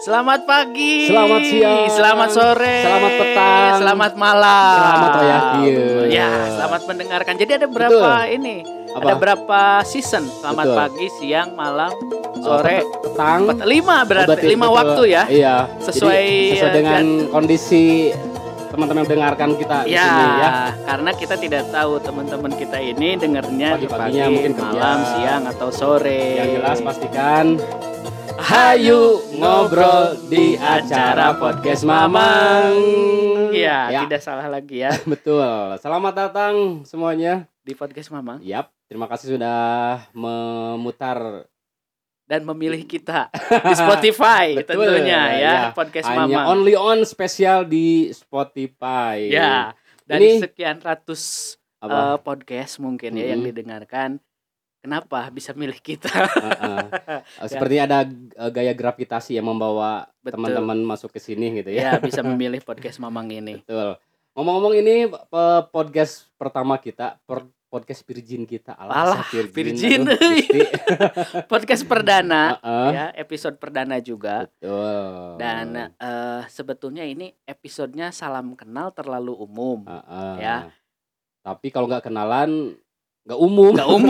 Selamat pagi, selamat siang, selamat sore, selamat petang, selamat malam, selamat oyakieu. Ya, selamat mendengarkan. Jadi ada berapa ini? Apa? Ada berapa season? Selamat Betul. pagi, siang, malam, sore, petang. 5 berarti 5 betul. waktu ya. Iya. Sesuai dengan kondisi teman-teman mendengarkan kita di sini ya. Karena kita tidak tahu teman-teman kita ini dengarnya di pagi, mungkin malam, kerja, siang atau sore. Yang jelas pastikan hayu ngobrol di acara podcast Mamang. Ya, tidak salah lagi ya. Betul. Selamat datang semuanya di podcast Mamang. Yap, terima kasih sudah memutar dan memilih kita di Spotify. Betul, tentunya ya, podcast hanya Mamang. Only on spesial di Spotify. Ya, dari sekian ratus podcast mungkin ya yang didengarkan. Kenapa bisa milih kita? Sepertinya ada gaya gravitasi yang membawa teman-teman masuk ke sini gitu ya. Ya, bisa memilih podcast Mamang ini. Betul. Ngomong-ngomong, ini podcast pertama kita, podcast virgin kita. Alah, virgin. Podcast perdana ya, episode perdana juga. Betul. Dan sebetulnya ini episodenya salam kenal terlalu umum ya. Tapi kalau nggak kenalan Gak umum.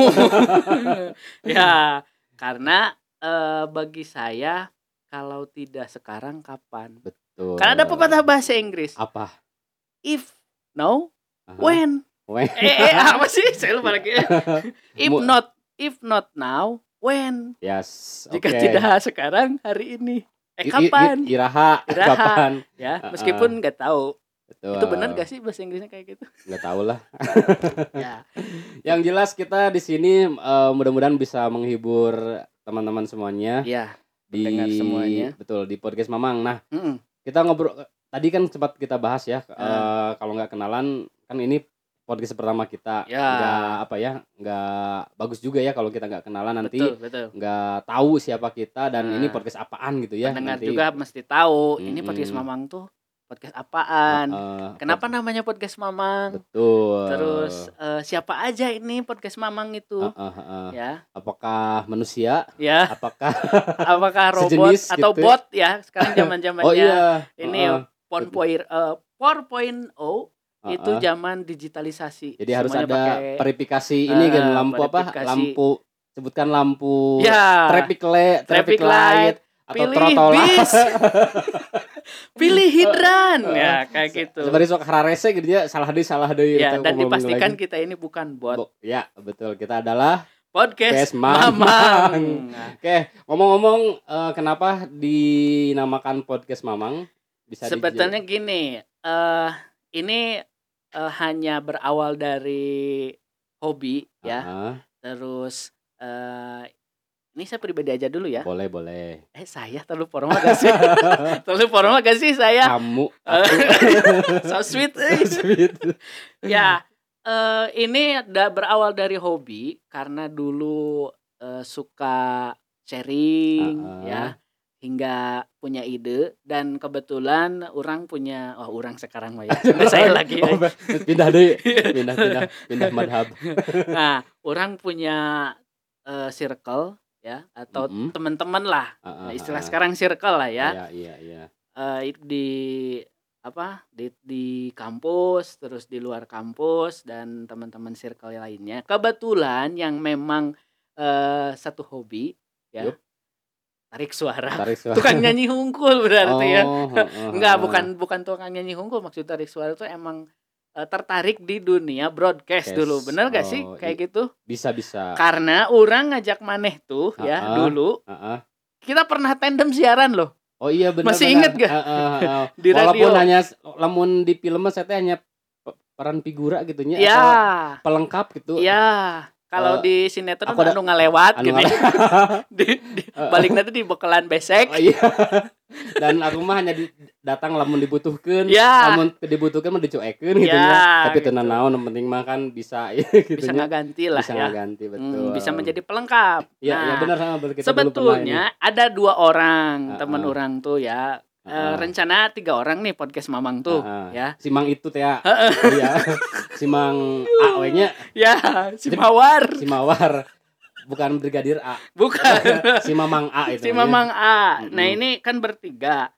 Ya, karena bagi saya kalau tidak sekarang kapan? Betul. Karena ada pepatah bahasa Inggris. Apa? If no, when? Apa sih? Saya lupa lagi. If not now, when? Yes. Jika tidak sekarang, hari ini. Kapan? Iraha. Kapan? Ya, meskipun nggak tahu. Betul. Itu benar gak sih bahasa Inggrisnya kayak gitu? Nggak tahu lah. Ya. Yang jelas kita di sini mudah-mudahan bisa menghibur teman-teman semuanya. Ya. Dengar semuanya. Betul, di podcast Mamang. Nah, kita ngobrol tadi kan sempat kita bahas ya. Kalau nggak kenalan kan ini podcast pertama kita. Nggak bagus juga ya kalau kita nggak kenalan nanti. Betul. Nggak tahu siapa kita dan ini podcast apaan gitu ya. Pendengar juga mesti tahu ini podcast Mamang tuh podcast apaan? Kenapa namanya podcast Mamang? Betul. Terus siapa aja ini podcast Mamang itu? Ya. Apakah manusia? Ya. Apakah robot atau gitu? Bot ya? Sekarang zaman-zamannya. Ini 4.0 itu zaman digitalisasi. Jadi harus semuanya ada verifikasi ini kan lampu verifikasi. Lampu sebutkan lampu traffic light atau trotoar. Pilih hidran ya kayak gitu. Seperti sok hararese gitu ya, salah deui ya, dan dipastikan kita ini bukan bot. Ya, betul. Kita adalah podcast Mamang. Oke, ngomong-ngomong kenapa dinamakan podcast Mamang? Bisa sebetulnya gini, ini hanya berawal dari hobi ya. Terus ini saya pribadi aja dulu ya. Boleh. Saya terlalu formal gak sih? Saya? Kamu. So sweet. Ya, ini berawal dari hobi karena dulu suka sharing ya, hingga punya ide dan kebetulan orang sekarang mah ya. Saya lagi. Pindah madhab. Nah, orang punya circle ya atau teman-teman lah, istilah sekarang circle lah ya. Iya. Di kampus, terus di luar kampus dan teman-teman circle lainnya. Kebetulan yang memang satu hobi ya. Tarik suara. Tukang nyanyi hungkul berarti ya. Enggak, bukan tukang nyanyi hungkul, maksud tarik suara itu emang tertarik di dunia broadcast dulu. Bener gak sih kayak gitu? Bisa. Karena orang ngajak maneh tuh ya dulu. Kita pernah tandem siaran loh. Oh iya benar. Masih inget gak? Di walaupun radio. Hanya lamun di film saya hanya peran figura gitu nya ya. Atau pelengkap gitu. Iya. Kalau di sinetron anu ngalewat gini. Balik nanti di bekalan besek. Oh iya. Dan aku mah hanya datang lamun dibutuhkeun. Lamun dibutuhkeun mah dicuekeun gitu ya. Tapi teu naon, penting mah kan bisa gitu. Bisa ngaganti lah bisa ya. Ngaganti betul. Bisa menjadi pelengkap. Iya, benar sama kita sebetulnya ada 2 orang teman orang tuh ya. Rencana 3 orang nih podcast Mamang tuh ya. Si Mang itu teh ya. Iya. Si Mang A we nya. Ya, si Mawar. bukan Brigadir A. Bukan. Si Mamang A itu. Si Mamang A. Nah, ini kan bertiga.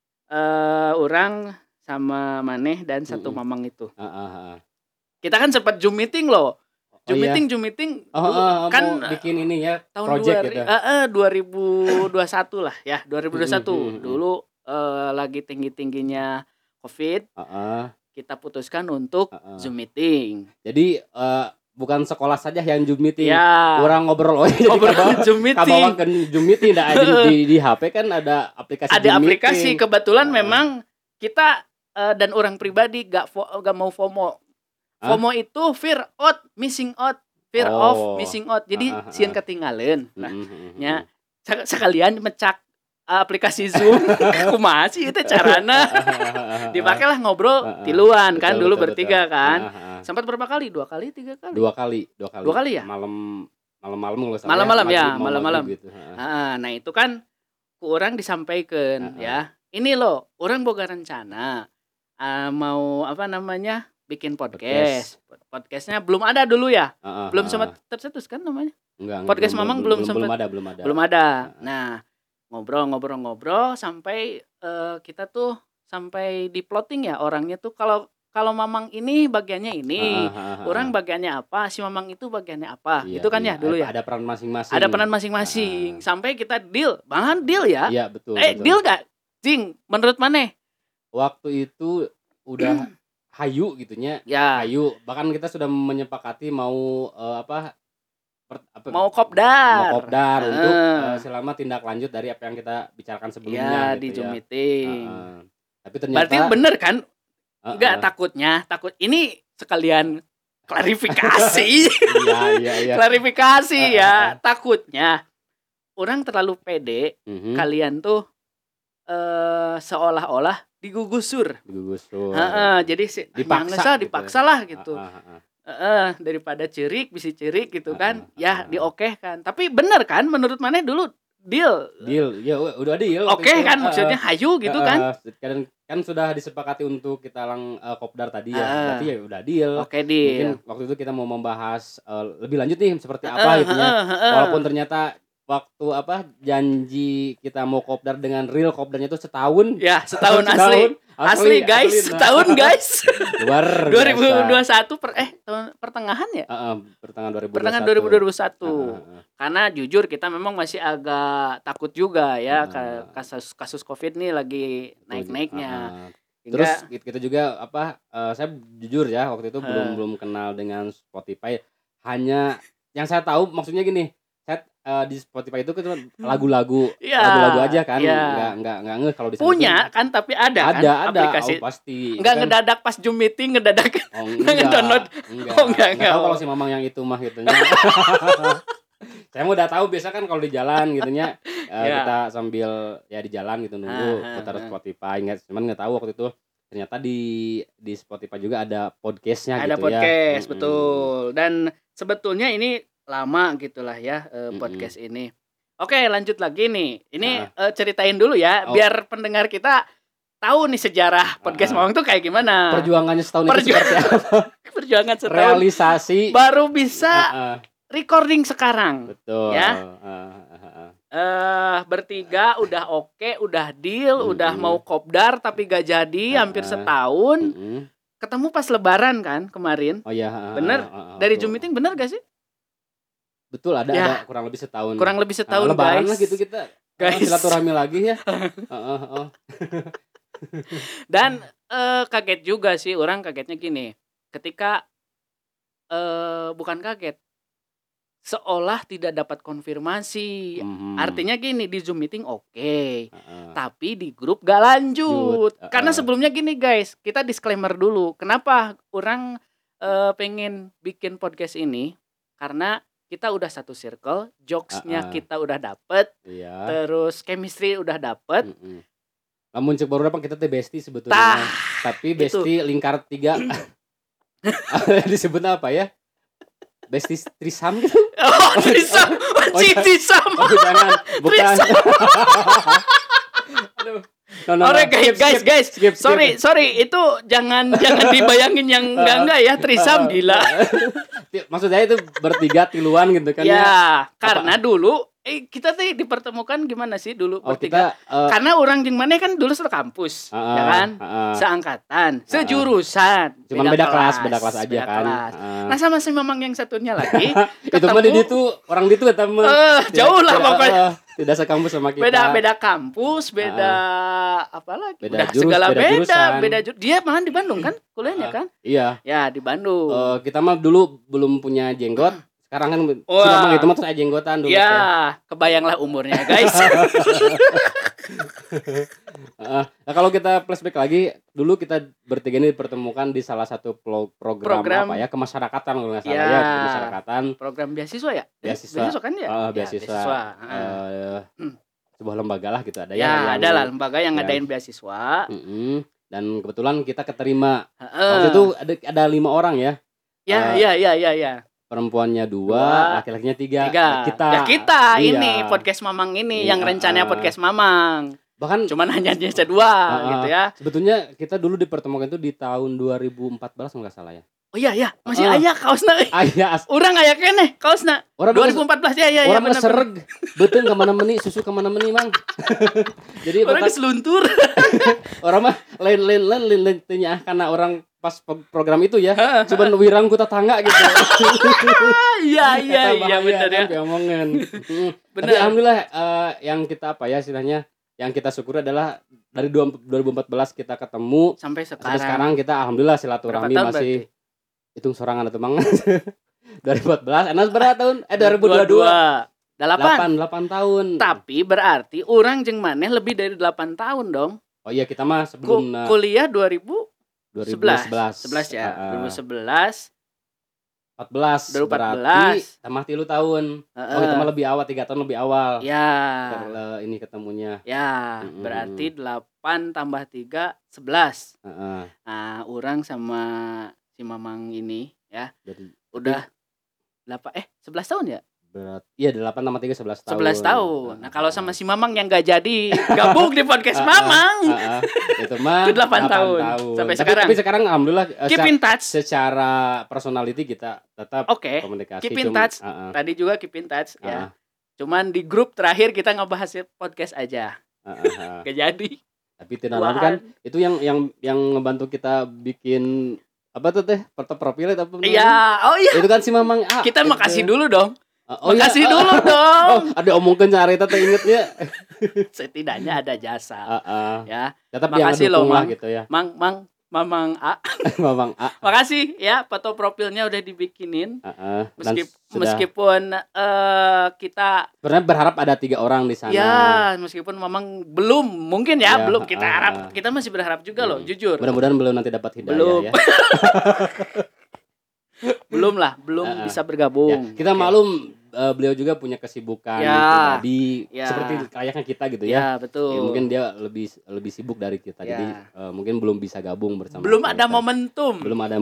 Orang sama Maneh dan satu Mamang itu. Kita kan sempat Zoom meeting loh. Zoom meeting kan mau bikin ini ya tahun project gitu. 2021 lah ya, 2021. Dulu lagi tinggi-tingginya Covid. Kita putuskan untuk Zoom meeting. Jadi bukan sekolah saja yang Zoom meeting. Ya. Orang ngobrol Zoom meeting. Kabawa kan Zoom meeting di HP kan ada aplikasi Zoom aplikasi meeting. Kebetulan memang kita dan orang pribadi gak mau FOMO. FOMO itu fear of missing out. Jadi sieun ketinggalan. Nah, nya sekalian mecak aplikasi Zoom. Kumaha sih itu carana? Dipakailah ngobrol tiluan kan, dulu bertiga kan. Sempat berapa kali? 2 kali, 3 kali? 2 kali. 2 kali ya? Malam-malam Malam-malam gitu. Nah, itu kan ku orang disampaikan ya. Ini loh, orang boga rencana mau bikin podcast. Podcastnya belum ada dulu ya. Belum sempat tercetus kan namanya? Enggak, podcast Mamang belum sempat. Belum ada. Nah, ngobrol sampai kita tuh sampai di plotting ya orangnya tuh kalau Mamang ini bagiannya ini, orang bagiannya apa, si Mamang itu bagiannya apa. Iya, itu kan ya dulu ya. Ada peran masing-masing. Ada peran masing-masing. Sampai kita deal. Malahan deal ya. Iya, betul. Deal gak? Jing, menurut Maneh? Waktu itu udah hayu gitunya. Ya. Hayu. Bahkan kita sudah menyepakati mau mau kopdar untuk selama tindak lanjut dari apa yang kita bicarakan sebelumnya gitu di Zoom meeting. Tapi ternyata berarti bener kan? Enggak takut ini sekalian klarifikasi. Iya. Klarifikasi ya. Takutnya orang terlalu pede, kalian tuh seolah-olah digusur. Jadi dipaksa lah gitu. Daripada cerik gitu kan. Ya diokeh kan. Tapi bener kan menurut Maneh dulu deal ya udah deal. Oke kan maksudnya hayu gitu kan. Kan sudah disepakati untuk kita kopdar tadi ya. Berarti ya udah deal. Oke, deal. Mungkin waktu itu kita mau membahas lebih lanjut nih seperti apa gitu ya. Walaupun ternyata waktu janji kita mau kopdar dengan real kopdarnya itu setahun. Ya, setahun asli guys, setahun guys. Luar 2021 tahun pertengahan ya? Pertengahan 2021. Pertengahan 2021. Karena jujur kita memang masih agak takut juga ya kasus Covid nih lagi naik-naiknya. Terus kita juga saya jujur ya waktu itu belum kenal dengan Spotify. Hanya yang saya tahu maksudnya gini, di Spotify itu kan lagu-lagu aja kan, nggak ngeh kalau di sana punya kan, tapi ada kan aplikasi pasti nggak kan, ngedadak pas Zoom meeting ngedadak download enggak kalau si Mamang yang itu mah gitunya. Saya mau udah tahu biasa kan kalau di jalan gitunya kita sambil ya di jalan gitu nunggu putar Spotify, cuman nggak tahu waktu itu ternyata di Spotify juga ada podcastnya gitu ya. Ada podcast betul, dan sebetulnya ini lama gitulah ya podcast ini. Oke, lanjut lagi nih. Ini ceritain dulu ya biar pendengar kita tahu nih sejarah podcast Mamang tuh kayak gimana. Perjuangannya setahun itu seperti apa? Perjuangan setahun. Realisasi baru bisa recording sekarang. Betul. Ya. Bertiga udah oke, udah deal, udah mau kopdar tapi gak jadi hampir setahun. Ketemu pas lebaran kan kemarin. Oh iya. Bener? Dari Zoom meeting bener gak sih? Betul, ada kurang lebih setahun. Kurang lebih setahun, lebaran guys. Lah gitu kita. Guys. Silaturahmi lagi ya. Dan kaget juga sih, orang kagetnya gini. Ketika bukan kaget, seolah tidak dapat konfirmasi. Artinya gini, di Zoom meeting oke. Tapi di grup gak lanjut. Karena sebelumnya gini guys, kita disclaimer dulu. Kenapa orang pengen bikin podcast ini? Karena kita udah satu circle, jokesnya kita udah dapet, terus chemistry udah dapet. Namun cek baru apa kita teh bestie sebetulnya. Tapi bestie lingkar 3. Disebut apa ya? Bestie trisam gitu. Oh, trisam. Trisam. Oh, jangan, bukan. Aduh. Guys. Skip. Sorry, itu jangan dibayangin yang enggak ya, trisam gila. maksudnya itu bertiga tiluan gitu kan ya. Karena dulu kita teh dipertemukan gimana sih dulu bertiga? Karena orang jeung maneh kan dulu satu kampus, ya kan? Seangkatan, sejurusan. Cuman beda kelas aja kan. Nah sama si Mamang yang satunya lagi itu mah di itu orang di itu eta mah. Jauh lah pokoknya. Tidak sekampus sama kita. Beda kampus, beda apa lagi? Beda jurus, segala beda jurusan. Dia malah di Bandung kan kuliahnya kan? Iya. Ya di Bandung. Kita mah dulu belum punya jenggot. Sekarang kan Mamang itu mah terus jenggotan dulu. Ya, kebayanglah umurnya guys. Nah, kalau kita flashback lagi, dulu kita bertiga ini dipertemukan di salah satu program apa ya, kemasyarakatan kalau nggak salah ya, kemasyarakatan. Program beasiswa ya? Beasiswa kan ya? Beasiswa. Sebuah lembaga lah gitu ada ya. Ya, ada lah lembaga yang ngadain beasiswa. Dan kebetulan kita keterima. Waktu itu ada 5 orang ya. Ya. Perempuannya 2, laki-lakinya 3. Kita ini podcast Mamang ini yang rencananya podcast Mamang. Bahkan cuman hanya 2 gitu ya. Sebetulnya kita dulu dipertemukan itu di tahun 2014 enggak salah ya. Oh iya masih aya kaosna. Aya. Urang aya keneh kaosna. 2014 ya. Orang sereg beuteung ka mana meni, susu ka mana meni, Mang. Jadi orang seluntur. Orang mah lain teu nyaah karena orang pas program itu ya, cuman wirang ku tetangga gitu. Iya benar ya. Ngomongin. Tapi alhamdulillah yang kita apa ya istilahnya, yang kita syukur adalah dari 2014 kita ketemu sampai sekarang kita alhamdulillah silaturahmi masih hitung sorangan atau Mang. 2014, enak berapa tahun? 2022. 8 tahun. Tapi berarti orang jeung maneh lebih dari 8 tahun dong. Oh iya, kita mah sebelum kuliah 2011 ya. 2011 14 berarti tambah 3 tahun. Oh, kita mah lebih awal, 3 tahun lebih awal. Ya. Ini ketemunya. Ya, berarti 8 tambah 3 11. Nah, orang sama si Mamang ini ya. Udah 11 tahun ya? Berat. Iya, 8 tambah 3 11 tahun. 11 tahun. Nah, kalau sama si Mamang yang enggak jadi gabung di podcast Mamang. Itu mah 8 tahun. Sampai sekarang. Tapi sekarang alhamdulillah keep in touch. Secara personality kita tetap komunikasi. Keep in touch. Tadi juga keep in touch ya. Cuman di grup terakhir kita ngebahas podcast aja. Gak jadi. Tapi tidak kan itu yang ngebantu kita bikin apa tuh teh foto profil itu apa? Iya, itu kan si Mamang kita makasih dulu dong. Makasih dulu dong. Ada omongkeun carita teh ingetnya. Setidaknya ada jasa. Ya. Tetap makasih loh Mang gitu ya. Mamang A. Mamang A. Makasih ya, foto profilnya udah dibikinin. Meskipun kita sebenarnya berharap ada 3 orang di sana. Ya, meskipun Mamang belum, mungkin ya, belum kita harap. Kita masih berharap juga loh, jujur. Mudah-mudahan belum nanti dapat hidayah belum. Ya. belum bisa bergabung. Ya, kita maklum beliau juga punya kesibukan pribadi seperti kayaknya kita gitu ya. Ya, betul. Ya, mungkin dia lebih sibuk dari kita. Jadi mungkin belum bisa gabung bersama Belum kita. ada momentum.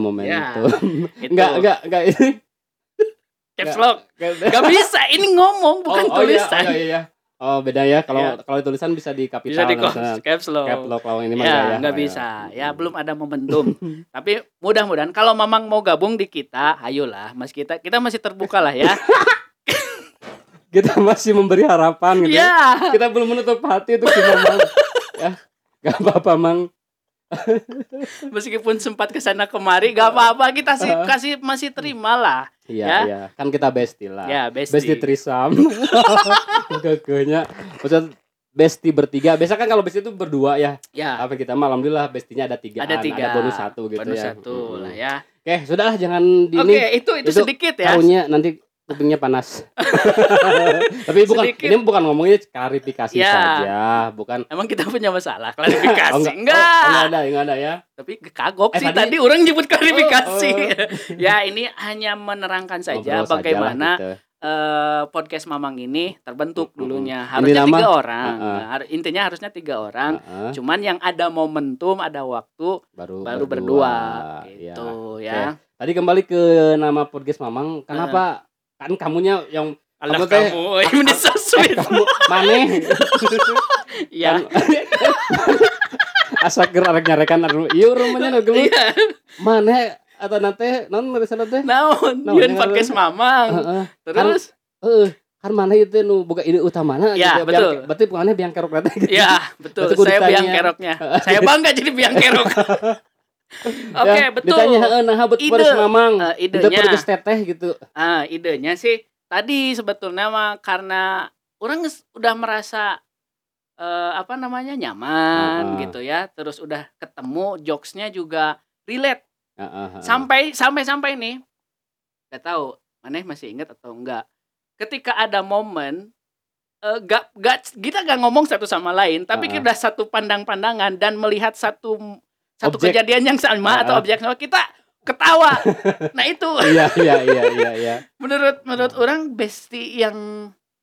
Enggak ini. Caps lock. Enggak bisa, ini ngomong bukan tulisan. Iya. Oh, beda ya. Kalau tulisan bisa di kapital. Bisa di caps lock. Caps lock kalau ini mah ya. Enggak bisa. Ya, belum ada momentum. Tapi mudah-mudahan kalau Mamang mau gabung di kita, ayolah. Mas kita masih terbuka lah ya. Kita masih memberi harapan gitu. Yeah. Kita belum menutup hati untuk si Mamang. Ya, gak apa-apa Mang. Meskipun sempat kesana kemari, gak apa-apa. Kita kasih masih terima lah. Iya. Kan kita bestie lah. Ya, bestie trisam. Kekehnya. Maksud bestie bertiga. Biasa kan kalau bestie itu berdua ya. Tapi kita alhamdulillah bestinya ada 3. Ada bonus 1 gitu bonus ya. Bonus 1 lah ya. Oke, sudahlah jangan itu sedikit ya. Tahunya nanti kupingnya panas. Tapi ini bukan ngomongnya klarifikasi saja, bukan. Emang kita punya masalah klarifikasi? Enggak ada ya. Tapi kagok sih tadi orang nyebut klarifikasi. Ya, ini hanya menerangkan saja bagaimana gitu. Podcast Mamang ini terbentuk dulunya. Harusnya 3 orang. Intinya harusnya 3 orang. Cuman yang ada momentum, ada waktu baru berdua gitu ya. Tadi kembali ke nama podcast Mamang. Kenapa kan kamunya yang kamu ini so sweet maneh ya asa ger arek nyarekan ieu rumahnya nu gelut maneh atau nanti non teh naon yeun podcast mamang. Terus kan mana itu nu boga ini utamana ya, gitu. Betul. Berarti pokoknya biang kerok nanti gitu. Ya, betul. Saya biang keroknya. Saya bangga jadi biang kerok. Oke, ya, betul. Ditanya nah buat podcast mamang. Idenya podcast teteh gitu. Idenya sih tadi sebetulnya mah karena orang udah merasa nyaman gitu ya. Terus udah ketemu jokesnya juga relate. Sampai nih nggak tahu maneh masih ingat atau enggak. Ketika ada momen kita gak ngomong satu sama lain, tapi kita udah satu pandang-pandangan dan melihat satu kejadian yang sama atau objek sama, kita ketawa. Nah itu. Iya. Menurut orang bestie yang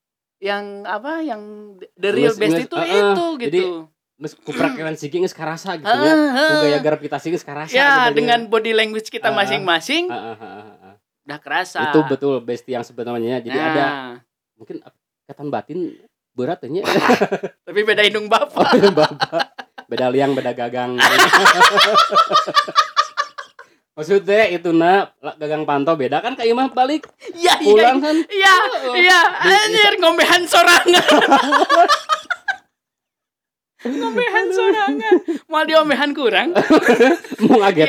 the real bestie itu itu gitu. Jadi kuprak kewan siki geus karasa gitu ya. Ku gaya gravitasi geus karasa ya, gitu. Dengan body language kita masing-masing. Udah kerasa. Itu betul bestie yang sebenarnya. Jadi ada mungkin ikatan batin berat ya. Tapi beda hidung bapak. Beda liang, beda gagang. Maksudnya itu gagang pantau beda kan kayak mah balik. Iya. Pulang kan. Iya. Anjir ngombehan sorangan. Ngombehan sorangan. Mau diombehan kurang? Mau ngaget.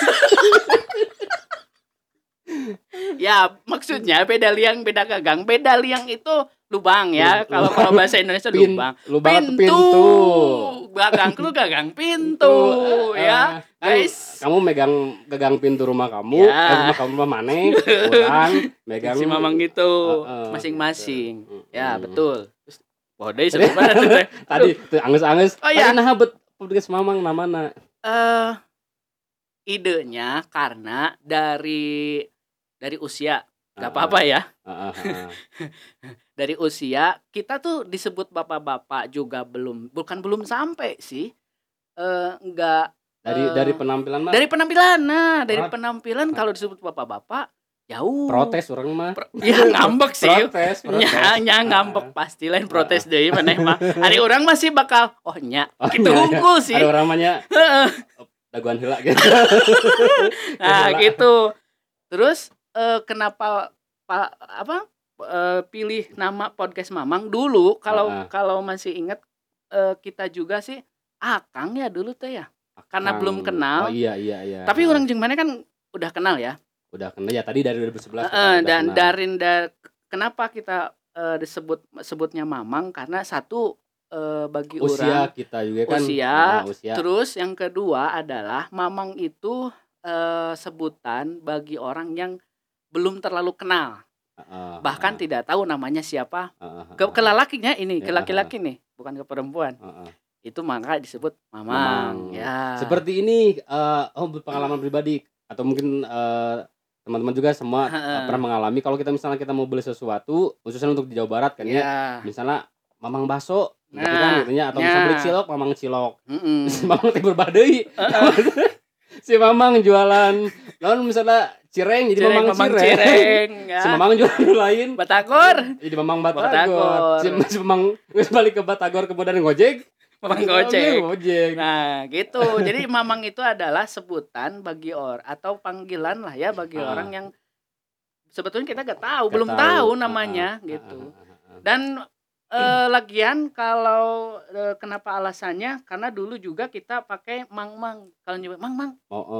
Ya, maksudnya beda liang, beda gagang. Beda liang itu lubang ya. Kalau bahasa Indonesia lubang. Pintu. Gagang lu gagang pintu ya. Guys, kamu megang gagang pintu rumah kamu, rumah kamu mana? Orang megang si mamang itu masing-masing. Ya, betul. Terus bodai sebenarnya tadi tuh anges-anges. Oh iya. Nah, podcast mamang namana. Idenya karena dari usia, nggak apa-apa ya. Dari usia kita tuh disebut bapak-bapak juga bukan belum sampai sih, nggak. Dari penampilan mah. Dari penampilan, dari penampilan kalau disebut bapak-bapak jauh. Protes orang mah. Ya ngambek sih. Protes. Nya ngambek pasti lain protes deui maneh mah. Hari orang masih bakal gitu hungkul sih. Ada orang mahnya. Daguan heula gitu. Nah, gitu. Terus kenapa pilih nama podcast Mamang dulu kalau masih ingat kita juga sih Akang ya dulu teh ya. Karena belum kenal. Oh iya. Tapi orang jeung mana kan udah kenal ya. Udah kenal ya tadi dari 2011. Dan kenapa kita sebutnya Mamang karena satu bagi usia orang kita juga kan usia. Terus yang kedua adalah Mamang itu sebutan bagi orang yang belum terlalu kenal. Bahkan tidak tahu namanya siapa. Ke lelakinya ini, ke laki-laki nih, bukan ke perempuan. Itu maka disebut Mamang. Ya. Seperti ini pengalaman pribadi atau mungkin teman-teman juga semua pernah mengalami kalau kita mau beli sesuatu khususnya untuk di Jawa Barat kan ya. Misalnya Mamang Baso gitu kan katanya atau misalnya beli cilok Mamang Cilok. Mamang teh berbadai. Si Mamang jualan misalnya cireng jadi Mamang cireng. Ya. Si Mamang jualan lain Batagor. Jadi Mamang Batagor. Si Mamang balik ke Batagor kemudian ngojek. Mamang gojek. Nah, gitu. Jadi Mamang itu adalah sebutan bagi atau panggilan lah ya bagi orang yang sebetulnya kita belum tahu namanya gitu. Dan lagian kalau kenapa alasannya karena dulu juga kita pakai mang kalau nyebut mang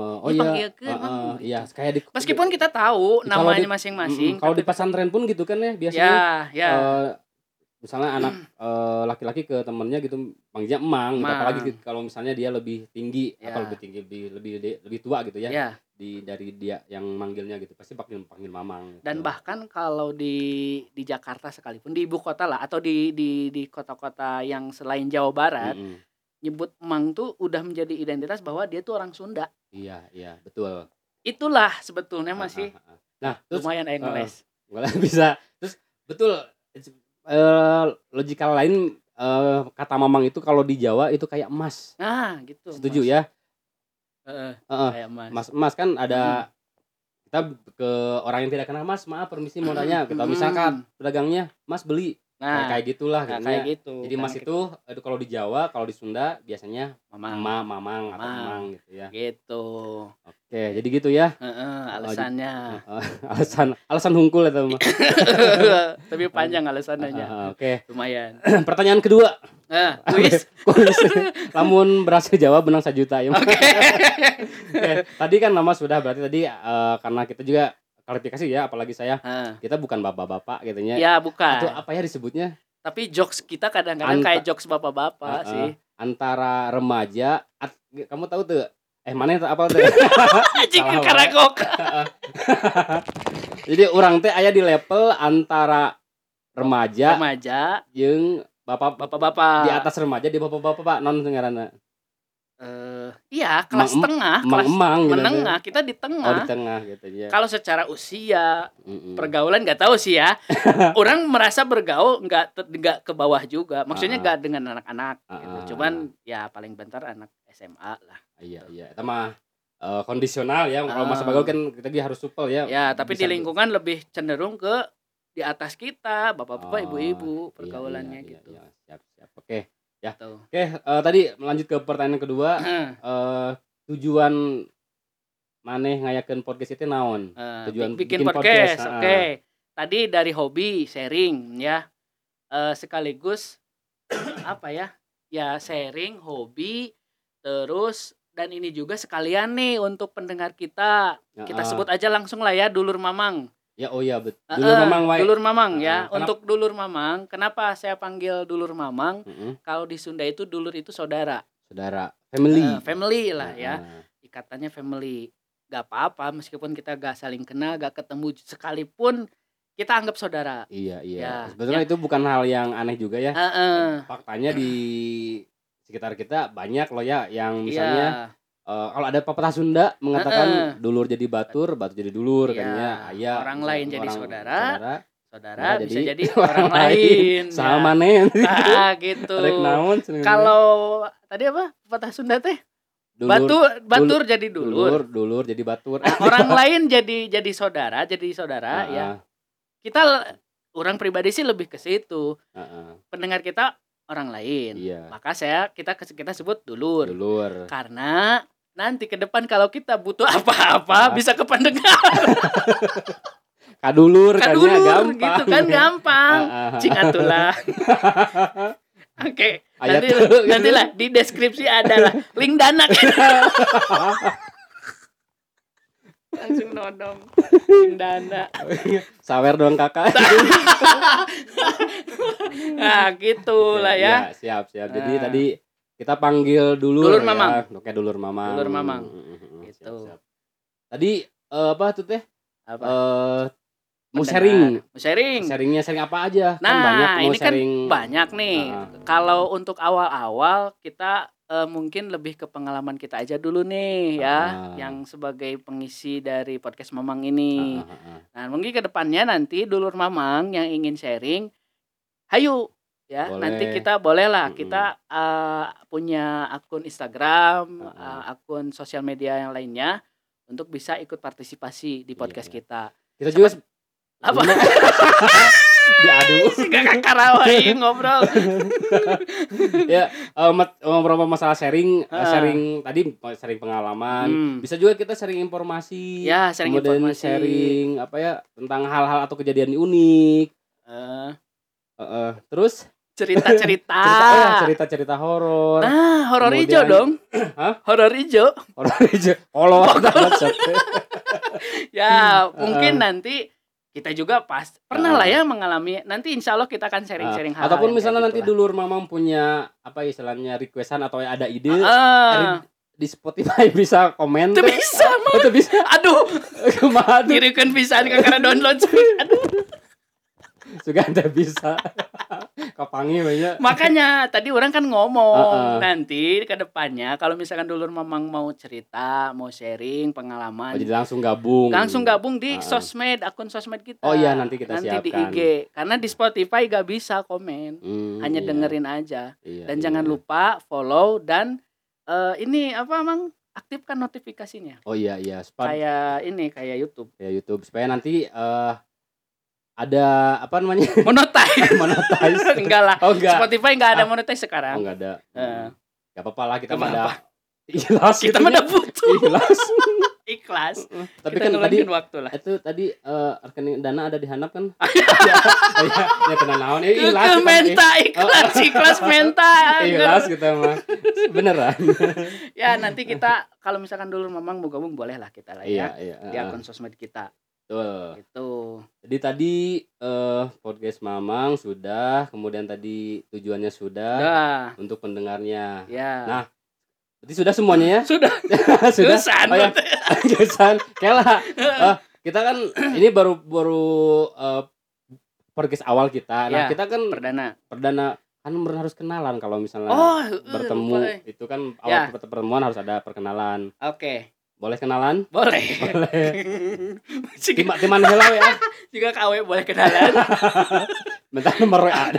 iya kayak meskipun kita tahu namanya masing-masing kalau di pesantren pun gitu kan ya biasanya misalnya anak laki-laki ke temennya gitu panggilnya emang gitu. Apalagi kalau misalnya dia lebih tinggi atau lebih tua gitu ya. Dari dia yang manggilnya gitu pasti panggil Mamang gitu. Dan bahkan kalau di Jakarta sekalipun di ibu kota lah atau di kota-kota yang selain Jawa Barat nyebut Mang tuh udah menjadi identitas bahwa dia tuh orang Sunda. Iya betul. Itulah sebetulnya masih lumayan ngeles. Bisa. Terus betul logikal lain kata Mamang itu kalau di Jawa itu kayak emas. Nah, gitu. Setuju mas. Ya? Kayak emas kan ada kita ke orang yang tidak kenal Mas, maaf permisi mau tanya. Kita misalkan pedagangnya, Mas beli. Kayak gitulah kayak gitu. Jadi Mas itu kalau di Jawa, kalau di Sunda biasanya mamang atau mamang gitu ya. Gitu. Oke, jadi gitu ya. Alasannya. Alasan hungkul itu mah. Tapi panjang alasannya. Oke. Lumayan. Pertanyaan kedua. Kuis. Lamun berhasil jawab menang 1 juta ya. Oke. Tadi kan nama sudah, berarti tadi karena kita juga klarifikasi ya, apalagi saya. Kita bukan bapak-bapak gitu ya. Ya, bukan. Atau apa ya disebutnya? Tapi jokes kita kadang-kadang kayak jokes bapak-bapak sih. Antara remaja, kamu tahu tuh? Mana apa tuh? Jika karagok. Jadi orang teh aya di level antara remaja jeung bapak-bapak. Di atas remaja, di bapak-bapak non ngaranna. Iya, kelas tengah, kelas menengah, kita di tengah. Oh, di tengah gitu ya. Kalau secara usia, pergaulan nggak tahu sih ya. Orang merasa bergaul nggak ke bawah juga. Maksudnya nggak dengan anak-anak gitu. Cuman ya paling bentar anak SMA lah. Iya. Itu mah kondisional ya. Kalau masa bergaul kan kita harus supel ya. Ya, tapi di lingkungan lebih cenderung ke di atas kita, bapak-bapak, ibu-ibu, pergaulannya gitu. Iya, siap. Oke. Ya. Oke, tadi melanjut ke pertanyaan kedua. Tujuan maneh ngayakeun podcast itu naon? Tujuan bikin podcast. Oke. Tadi dari hobi sharing ya. Sekaligus apa ya? Ya sharing hobi terus dan ini juga sekalian nih untuk pendengar kita. Kita sebut aja langsung lah ya, Dulur Mamang. Ya, oh ya, betul. Dulur Mamang ya. Untuk Dulur Mamang, kenapa saya panggil Dulur Mamang? Kalau di Sunda itu dulur itu saudara. Family lah ya. Ikatannya family. Gak apa-apa meskipun kita gak saling kenal, gak ketemu sekalipun kita anggap saudara. Iya. Ya, sebetulnya itu bukan hal yang aneh juga ya. Faktanya di sekitar kita banyak loh ya yang misalnya kalau ada pepatah Sunda mengatakan dulur jadi batur jadi dulur kan ya. Orang lain jadi saudara bisa jadi orang lain. Sama nen. Gitu. Kalau tadi apa? Pepatah Sunda teh? Batur jadi dulur. Dulur jadi batur. Orang lain jadi saudara ya. Kita orang pribadi sih lebih ke situ. Pendengar kita orang lain. Maka kita sebut dulur. Karena nanti ke depan kalau kita butuh apa-apa bisa ke pendengar. Kadulur gampang. Gitu kan gampang. Cing atulah. Oke. Nantilah di deskripsi adalah link Dana. Langsung nodong link Dana. Sawer dong kakak. Nah, gitulah ya. Siap. Jadi tadi kita panggil Dulur Mamang. Ya. Oke, Dulur Mamang. Gitu. Siap. Tadi apa tuh teh? Mau sharingnya sharing apa aja? Nah, kan banyak mau ini sharing. Kan banyak nih. Kalau untuk awal-awal kita mungkin lebih ke pengalaman kita aja dulu nih ya, yang sebagai pengisi dari podcast Mamang ini. Nah, mungkin ke depannya nanti Dulur Mamang yang ingin sharing, hayu ya, boleh. Nanti kita bolehlah kita punya akun Instagram, akun sosial media yang lainnya untuk bisa ikut partisipasi di podcast kita. Kita juga apa? Diadu. Gak karawai ngobrol. Ya, ngobrol masalah sharing tadi sharing pengalaman. Bisa juga kita sharing informasi. Ya, sharing apa ya tentang hal-hal atau kejadian unik. Terus cerita horor. Nah, horor hijau dong. Horor hijau. Ya, mungkin nanti kita juga pernah lah ya mengalami. Nanti insya Allah kita akan sharing-sharing hal. Ataupun misalnya nanti Dulur Mamang punya apa istilahnya requestan atau ada ide di Spotify bisa komen. Itu bisa. Aduh. Kumaha tuh? Kirimkan pisan karena download. Aduh. Juga ada bisa. Kapangi banyak. Makanya tadi orang kan ngomong nanti ke depannya kalau misalkan Dulur Mamang mau cerita, mau sharing pengalaman. Jadi langsung gabung di sosmed, akun sosmed kita. Oh iya, nanti kita siapkan. Di IG. Karena di Spotify gak bisa komen. Hanya dengerin aja. Dan jangan lupa follow dan ini apa Mang? Aktifkan notifikasinya. Oh iya. Kayak YouTube. Kayak YouTube supaya nanti ada apa namanya? Monetize. Monetize. Enggak lah. Oh, enggak. Spotify enggak ada monetize sekarang. Oh, enggak ada. Gak apa-apa lah, kita Gak mah apa-apa. ada ikhlas. Kita gitu mah ya. ada butuh. Ikhlas. Ikhlas. Tapi Kita kan tadi ngeluangin waktu lah. itu tadi rekening Dana ada di handap kan? Ya kena naon ya ikhlas. Ke menta ikhlas menta. Ikhlas kita mah. Beneran. Ya nanti kita kalau misalkan dulu Mamang mau gabung boleh lah kita lah ya. Iya. Di akun sosmed kita. Betul. Itu. Jadi tadi podcast Mamang sudah, kemudian tadi tujuannya sudah untuk pendengarnya. Ya. Nah, berarti sudah semuanya ya? Sudah. Sudah. Gesan. Oh ya. Gesan. Kela. Kita kan ini baru podcast awal kita. Nah, Ya, kita kan perdana kan harus kenalan kalau misalnya bertemu itu kan awal pertemuan harus ada perkenalan. Oke. Boleh kenalan? Boleh. Timan heula ya. Juga KW boleh kenalan. Minta nomor WA.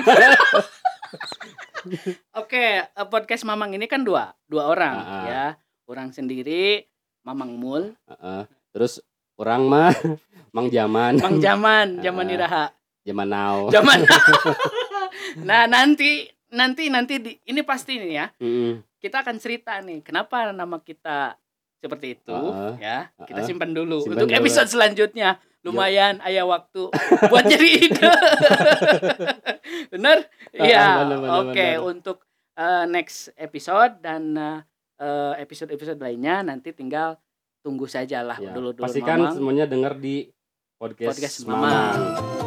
Oke, podcast Mamang ini kan dua orang ya. Orang sendiri Mamang Mul. Terus orang mah Mang Jaman. Jaman Iraha. Zaman now. Nah, nanti ini pasti nih ya. Kita akan cerita nih kenapa nama kita seperti itu ya. Kita simpan dulu untuk episode selanjutnya. Lumayan aya waktu buat jadi ide. Bener? Iya. Oke, untuk next episode dan episode lainnya nanti tinggal tunggu saja lah dulu. Pastikan semuanya dengar di podcast Mamang.